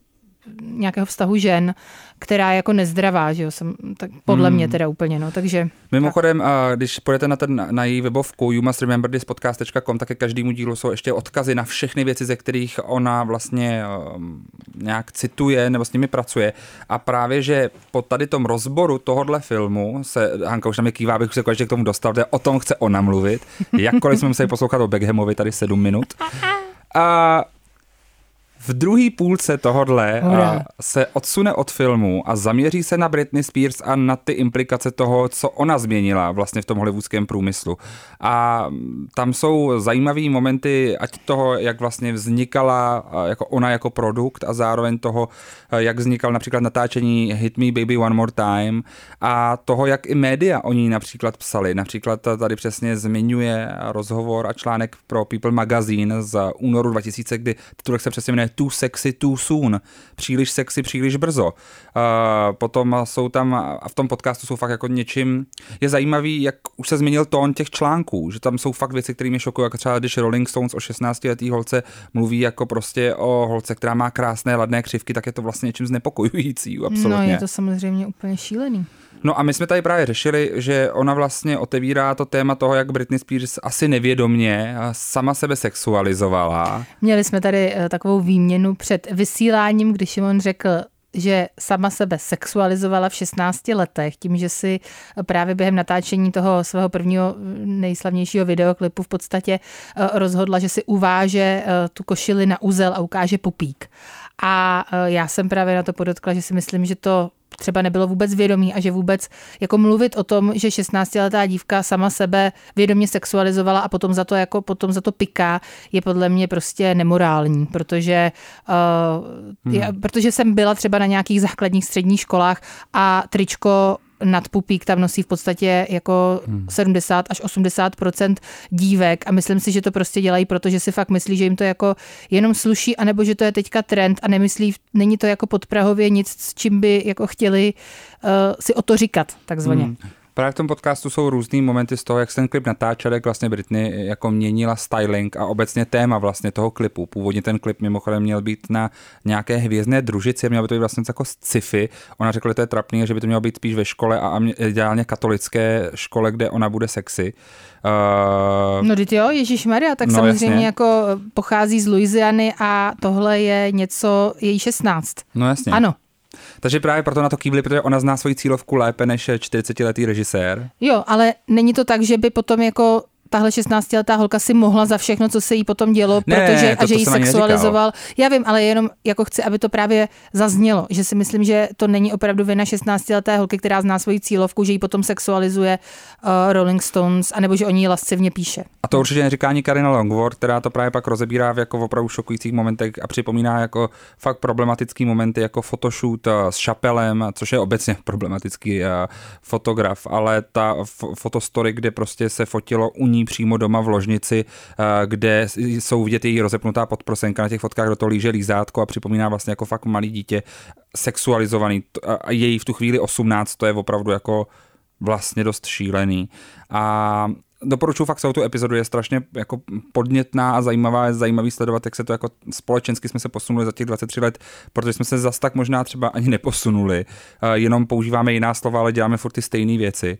nějakého vztahu žen, která je jako nezdravá, že jo, jsem, tak podle hmm. mě teda úplně, no, takže. Mimochodem, tak. Když půjdete na, ten, na její webovku you must remember this podcast tečka com, tak ke každému dílu jsou ještě odkazy na všechny věci, ze kterých ona vlastně um, nějak cituje nebo s nimi pracuje. A právě, že po tady tom rozboru tohohle filmu se, Hanka už na mě kývá, abych se konečně k tomu dostal, kde o tom chce ona mluvit. Jakkoliv jsme museli poslouchat o Beckhamovi tady sedm minut. A v druhé půlce tohodle Hurá. se odsune od filmu a zaměří se na Britney Spears a na ty implikace toho, co ona změnila vlastně v tom hollywoodském průmyslu. A tam jsou zajímavý momenty, ať toho, jak vlastně vznikala jako ona jako produkt a zároveň toho, jak vznikal například natáčení Hit Me Baby One More Time a toho, jak i média o ní například psali. Například tady přesně zmiňuje rozhovor a článek pro People Magazine z únoru dva tisíce, kdy titulek se přesně jmenuje Too Sexy Too Soon. Příliš sexy, příliš brzo. Uh, potom jsou tam, a v tom podcastu jsou fakt jako něčím, je zajímavý, jak už se změnil tón těch článků, že tam jsou fakt věci, které mě šokují, jako třeba když Rolling Stones o šestnáctiletý holce mluví jako prostě o holce, která má krásné ladné křivky, tak je to vlastně něčím znepokojující, absolutně. No je to samozřejmě úplně šílený. No a my jsme tady právě řešili, že ona vlastně otevírá to téma toho, jak Britney Spears asi nevědomně sama sebe sexualizovala. Měli jsme tady takovou výměnu před vysíláním, když on řekl, že sama sebe sexualizovala v šestnácti letech tím, že si právě během natáčení toho svého prvního nejslavnějšího videoklipu v podstatě rozhodla, že si uváže tu košili na uzel a ukáže pupík. A já jsem právě na to podotkla, že si myslím, že to třeba nebylo vůbec vědomí a že vůbec jako mluvit o tom, že šestnáctiletá dívka sama sebe vědomě sexualizovala a potom za to jako potom za to piká, je podle mě prostě nemorální, protože uh, hmm. já, protože jsem byla třeba na nějakých základních středních školách a tričko nad pupík tam nosí v podstatě jako hmm. sedmdesát až osmdesát procent dívek a myslím si, že to prostě dělají, protože si fakt myslí, že jim to jako jenom sluší, anebo že to je teďka trend a nemyslí, není to jako podprahově nic, s čím by jako chtěli uh, si o to říkat, takzvaně. Hmm. Právě v tom podcastu jsou různý momenty z toho, jak se ten klip natáčel, jak vlastně Britney jako měnila styling a obecně téma vlastně toho klipu. Původně ten klip mimochodem měl být na nějaké hvězdné družici, měl by to být vlastně jako sci-fi. Ona řekla, že to je trapný, že by to mělo být spíš ve škole a ideálně katolické škole, kde ona bude sexy. Uh... No teď jo, ježišmarja, tak no, samozřejmě jasně. Jako pochází z Louisiany a tohle je něco, její šestnáct. No jasně. Ano. Takže právě proto na to kývli, protože ona zná svoji cílovku lépe než čtyřicetiletý režisér. Jo, ale není to tak, že by potom jako tahle šestnáctiletá holka si mohla za všechno, co se jí potom dělo, ne, protože to, a že to jí sexualizoval. Já vím, ale jenom jako chci, aby to právě zaznělo, že si myslím, že to není opravdu vina šestnáctileté holky, která zná svoji cílovku, že jí potom sexualizuje uh, Rolling Stones, anebo že o ní lascivně píše. A to určitě neříká ani Karina Longworth, která to právě pak rozebírá v jako opravdu šokujících momentech a připomíná jako fakt problematický momenty, jako photoshoot s Chappellem, což je obecně problematický uh, fotograf, ale ta f- fotostory, kde prostě se fotilo u ní přímo doma v ložnici, kde jsou vidět její rozepnutá podprsenka na těch fotkách, do toho líže lízátko a připomíná vlastně jako fakt malý dítě sexualizovaný a její v tu chvíli osmnáct, to je opravdu jako vlastně dost šílený. A doporučuji fakt celou tu epizodu, je strašně jako podnětná a zajímavá, je zajímavý sledovat, jak se to jako společensky jsme se posunuli za těch dvacet tři let, protože jsme se zas tak možná třeba ani neposunuli, jenom používáme jiná slova, ale děláme furt ty stejné věci.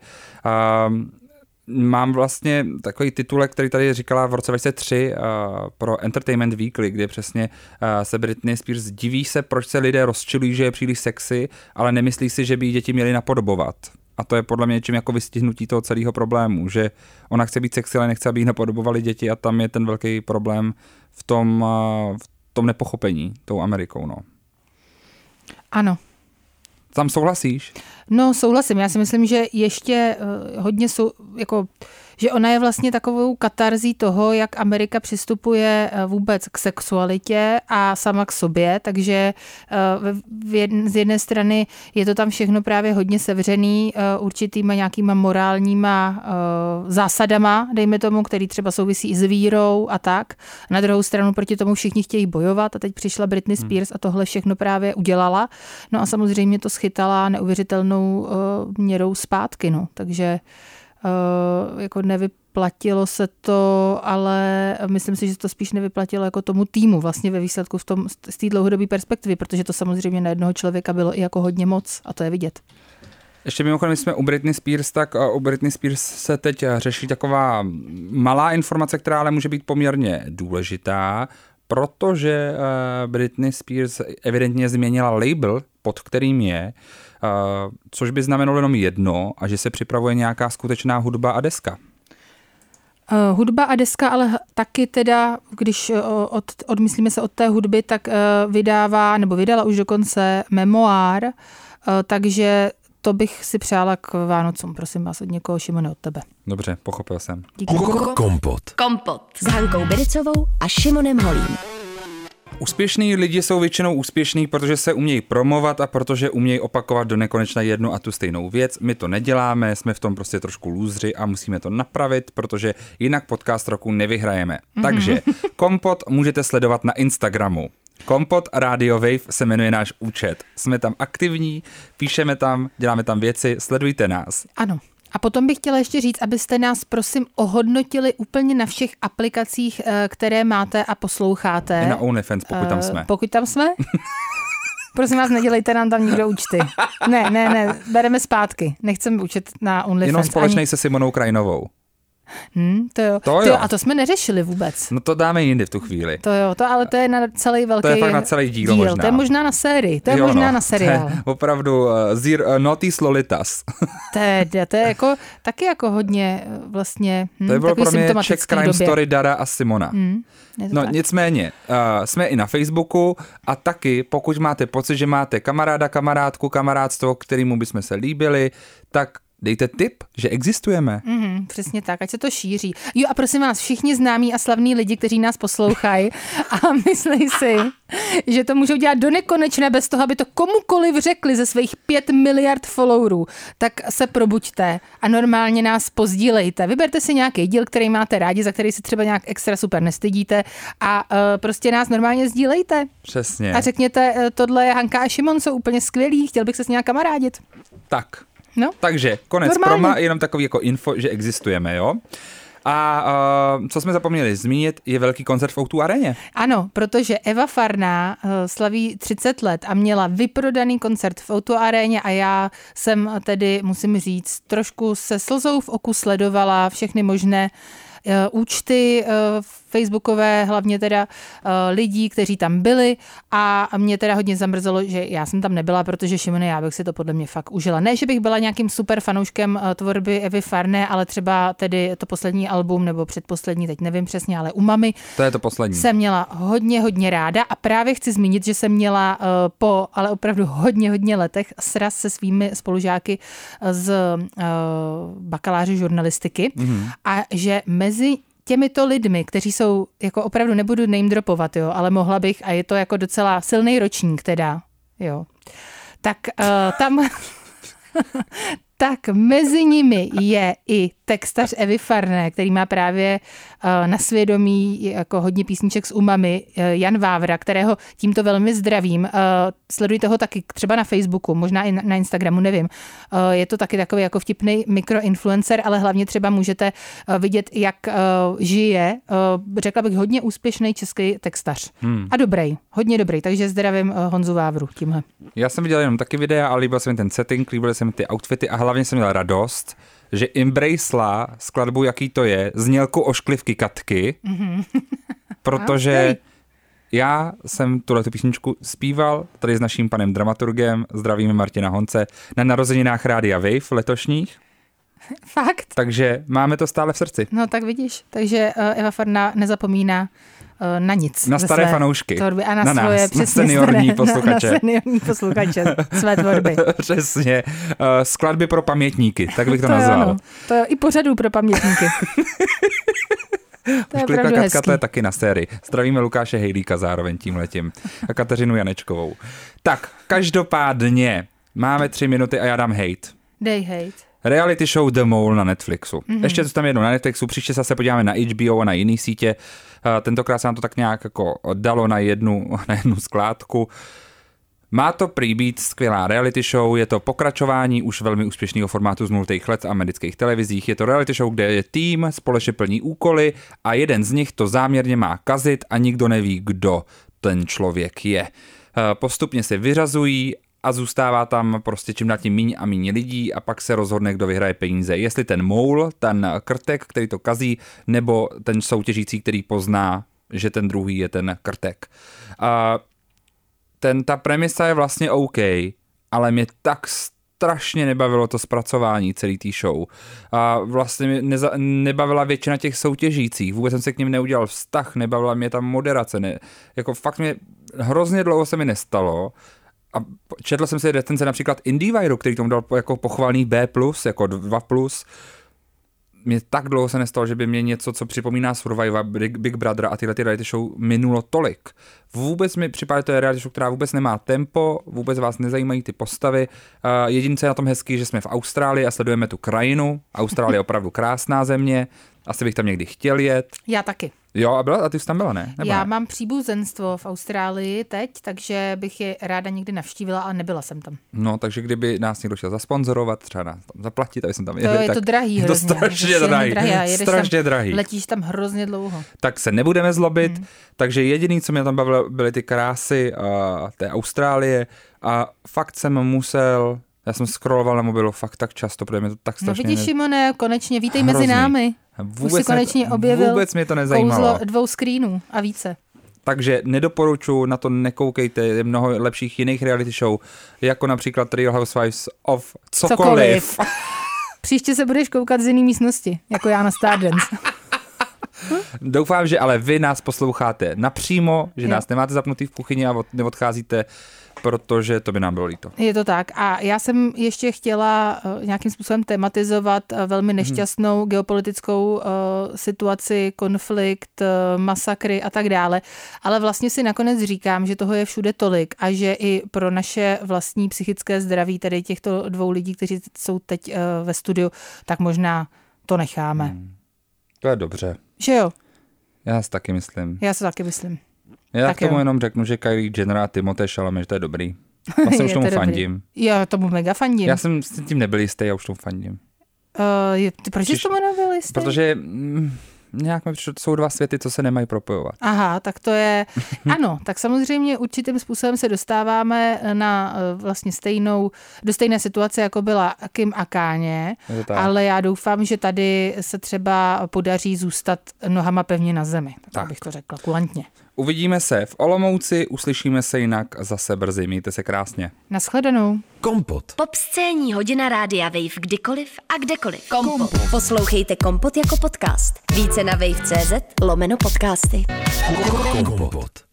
Mám vlastně takový titulek, který tady říkala v roce dva tisíce tři uh, pro Entertainment Weekly, kde přesně uh, se Britney Spears diví se, proč se lidé rozčilují, že je příliš sexy, ale nemyslí si, že by děti měly napodobovat. A to je podle mě něčím jako vystihnutí toho celého problému, že ona chce být sexy, ale nechce, aby jí napodobovali děti a tam je ten velký problém v tom, uh, v tom nepochopení tou Amerikou. No. Ano. Tam souhlasíš? No souhlasím, já si myslím, že ještě uh, hodně jsou, jako, že ona je vlastně takovou katarzí toho, jak Amerika přistupuje uh, vůbec k sexualitě a sama k sobě, takže uh, v jedn, z jedné strany je to tam všechno právě hodně sevřený uh, určitýma nějakýma morálníma uh, zásadama, dejme tomu, který třeba souvisí i s vírou a tak. Na druhou stranu proti tomu všichni chtějí bojovat a teď přišla Britney Spears a tohle všechno právě udělala. No a samozřejmě to schytala neuvěřitelnou uh, měrou zpátky, no. Takže uh, jako nevy, vyplatilo se to, ale myslím si, že to spíš nevyplatilo jako tomu týmu vlastně ve výsledku v tom, z té dlouhodobé perspektivy, protože to samozřejmě na jednoho člověka bylo i jako hodně moc a to je vidět. Ještě mimochodem, když jsme u Britney Spears, tak u Britney Spears se teď řeší taková malá informace, která ale může být poměrně důležitá, protože Britney Spears evidentně změnila label, pod kterým je, což by znamenalo jenom jedno, a že se připravuje nějaká skutečná hudba a deska. Uh, hudba a deska, ale taky teda, když od, odmyslíme se od té hudby, tak uh, vydává, nebo vydala už dokonce memoár, uh, takže to bych si přála k Vánocům, prosím vás, od někoho, Šimone, od tebe. Dobře, pochopil jsem. Díky. Kompot. Kompot. S Hankou Bidicovou a Šimonem Holím. Úspěšní lidi jsou většinou úspěšní, protože se umějí promovat a protože umějí opakovat do nekonečna jednu a tu stejnou věc. My to neděláme, jsme v tom prostě trošku lůzři a musíme to napravit, protože jinak podcast roku nevyhrajeme. Mm-hmm. Takže Kompot můžete sledovat na Instagramu. Kompot Radio Wave se jmenuje náš účet. Jsme tam aktivní, píšeme tam, děláme tam věci, sledujte nás. Ano. A potom bych chtěla ještě říct, abyste nás prosím ohodnotili úplně na všech aplikacích, které máte a posloucháte. I na OnlyFans, pokud tam jsme. Pokud tam jsme? Prosím vás, nedělejte nám tam nikdo účty. Ne, ne, ne, bereme zpátky. Nechceme účet na OnlyFans. Jenom společnej Ani... se Simonou Krajnovou. Hmm, to jo. To jo. To jo. A to jsme neřešili vůbec. No to dáme jindy v tu chvíli. To jo, to, ale to je na celý velký To je fakt na celý díl, díl. možná. To je možná na sérii, to je jo, možná no, na seriál. To je opravdu uh, zir, uh, Notis Lolitas. To je, to je jako, taky jako hodně vlastně hm, to je bylo pro mě Czech Crime době. Story Dara a Simona. Hmm, no tak. Nicméně, uh, jsme i na Facebooku a taky, pokud máte pocit, že máte kamaráda, kamarádku, kamarádstvo, kterému bychom se líbili, tak dejte tip, že existujeme. Mm, přesně tak, ať se to šíří. Jo a prosím vás, všichni známí a slavní lidi, kteří nás poslouchají a myslí si, že to můžou dělat do nekonečna bez toho, aby to komukoliv řekli ze svých pět miliard followerů, tak se probuďte a normálně nás pozdílejte. Vyberte si nějaký díl, který máte rádi, za který si třeba nějak extra super nestydíte a uh, prostě nás normálně sdílejte. Přesně. A řekněte, uh, tohle je Hanka a Šimon, jsou úplně skvělí, chtěl bych se s nějak kamarádit. Tak. No. Takže konec Normálně. proma, jenom takový jako info, že existujeme, jo? A uh, co jsme zapomněli zmínit, je velký koncert v ó dva aréně. Ano, protože Eva Farná uh, slaví třicet let a měla vyprodaný koncert v ó dva aréně a já jsem tedy, musím říct, trošku se slzou v oku sledovala všechny možné uh, účty uh, facebookové, hlavně teda uh, lidí, kteří tam byli a mě teda hodně zamrzelo, že já jsem tam nebyla, protože Šimone, já bych si to podle mě fakt užila. Ne, že bych byla nějakým super fanouškem uh, tvorby Evy Farné, ale třeba tedy to poslední album, nebo předposlední, teď nevím přesně, ale Umami. To je to poslední. Jsem měla hodně, hodně ráda a právě chci zmínit, že jsem měla uh, po, ale opravdu hodně, hodně letech sraz se svými spolužáky z uh, bakaláře žurnalistiky mm-hmm. a že mezi těmito lidmi, kteří jsou, jako opravdu nebudu name dropovat, jo, ale mohla bych a je to jako docela silný ročník teda, jo. Tak uh, tam, tak mezi nimi je i textař Evy Farné, který má právě uh, na svědomí jako hodně písniček s Umami, uh, Jan Vávra, kterého tímto velmi zdravím. Uh, sledujte ho taky třeba na Facebooku, možná i na, na Instagramu, nevím. Uh, je to taky takový jako vtipný mikroinfluencer, ale hlavně třeba můžete uh, vidět, jak uh, žije, uh, řekla bych, hodně úspěšný český textař. Hmm. A dobrý, hodně dobrý, takže zdravím uh, Honzu Vávru tímhle. Já jsem viděl jenom taky videa a líbil se mi ten setting, líbily se mi ty outfity a hlavně jsem měl radost, že embracela skladbu, jaký to je, znělku ošklivky Katky, mm-hmm. protože já jsem tuhle písničku zpíval tady s naším panem dramaturgem, zdravíme Martina Honce, na narozeninách Rádia Wave letošních. Fakt? Takže máme to stále v srdci. No tak vidíš, takže uh, Eva Farná nezapomíná uh, na nic. Na staré fanoušky. Tvorby a na, na svoje, nás, na seniorní staré, posluchače. Na, na seniorní posluchače své tvorby. Přesně. Uh, skladby pro pamětníky, tak bych to, to nazval. Jo, to je i pořadu pro pamětníky. Ošklivka Katka, to je taky na sérii. Zdravíme Lukáše Hejlíka zároveň tímhletím a Kateřinu Janečkovou. Tak, každopádně máme tři minuty a já dám hate. Dej hate. Reality show The Mole na Netflixu. Mm-hmm. Ještě to tam jednou na Netflixu, příště se podíváme na H B O a na jiný sítě. Tentokrát se nám to tak nějak jako dalo na jednu, na jednu skládku. Má to prý být skvělá reality show, je to pokračování už velmi úspěšného formátu z nultých let v amerických televizích. Je to reality show, kde je tým, společně plní úkoly a jeden z nich to záměrně má kazit a nikdo neví, kdo ten člověk je. Postupně se vyřazují a zůstává tam prostě čím dál tím míň a míň lidí a pak se rozhodne, kdo vyhraje peníze. Jestli ten moul, ten krtek, který to kazí, nebo ten soutěžící, který pozná, že ten druhý je ten krtek. A ten, ta premisa je vlastně OK, ale mě tak strašně nebavilo to zpracování celý té show. A vlastně mě neza, nebavila většina těch soutěžících, vůbec jsem se k ním neudělal vztah, nebavila mě tam moderace, ne, jako fakt mě hrozně dlouho se mi nestalo. A četl jsem si recenze například IndieWire, který tomu dal jako pochvalný B plus, jako dva plus. Mě tak dlouho se nestalo, že by mě něco, co připomíná Survivor, Big Brother a tyhle ty reality show minulo tolik. Vůbec mi připadá, že to je reality show, která vůbec nemá tempo, vůbec vás nezajímají ty postavy. Uh, jediné, co je na tom hezký, že jsme v Austrálii a sledujeme tu krajinu. Austrálie je opravdu krásná země. Asi bych tam někdy chtěl jet. Já taky. Jo, a, byla, a ty jsi tam byla, ne? Nebo Já ne? mám příbuzenstvo v Austrálii teď, takže bych je ráda někdy navštívila, ale nebyla jsem tam. No, takže kdyby nás někdo chtěl zasponzorovat, třeba nás tam zaplatit, aby jsem tam To jeli, je tak to drahý je to hrozně. strašně drahý. drahý. Strašně tam, drahý. Letíš tam hrozně dlouho. Tak se nebudeme zlobit, hmm. takže jediný, co mě tam bavilo, byly ty krásy uh, té Austrálie a fakt jsem musel, já jsem scrolloval na mobilu fakt tak často, protože mě to tak strašně... No vidíš, Šimone, konečně, vítej hrozný. Mezi námi. Vůbec Už si konečně mě, objevil vůbec mě to nezajímalo. kouzlo dvou screenů a více. Takže nedoporučuji, na to nekoukejte, je mnoho lepších jiných reality show, jako například Real Housewives of cokoliv. cokoliv. Příště se budeš koukat z jiný místnosti, jako já na Stardance. Doufám, že ale vy nás posloucháte napřímo, že jo. nás nemáte zapnutý v kuchyni a neodcházíte, protože to by nám bylo líto. Je to tak. A já jsem ještě chtěla uh, nějakým způsobem tematizovat uh, velmi nešťastnou hmm. geopolitickou uh, situaci, konflikt, uh, masakry a tak dále. Ale vlastně si nakonec říkám, že toho je všude tolik a že i pro naše vlastní psychické zdraví, tedy těchto dvou lidí, kteří jsou teď uh, ve studiu, tak možná to necháme. Hmm. To je dobře. Že jo? Já si taky myslím. Já si taky myslím. Já tak k tomu jo. jenom řeknu, že Kylie Jenner a Timothée Chalamet, že to je dobrý. Vlastně už tomu to fandím. Dobrý. Já tomu mega fandím. Já jsem s tím nebyl jistý, já už tomu fandím. Uh, je, ty, proč jsi tomu nebyl jistý? Protože mm, nějak mi přišlo, jsou dva světy, co se nemají propojovat. Aha, tak to je, ano, tak samozřejmě určitým způsobem se dostáváme na vlastně stejnou, do stejné situace, jako byla Kim a Káně, ale já doufám, že tady se třeba podaří zůstat nohama pevně na zemi, tak, tak. bych to řekla kulantně. Uvidíme se v Olomouci, uslyšíme se jinak zase brzy, mějte se krásně. Naschledanou. Kompot. Popscénní hodina rádia Wave kdykoliv a kdekoliv. Kompot. Poslouchejte Kompot jako podcast. Více na wave tečka cz lomeno podcasty. Kompot.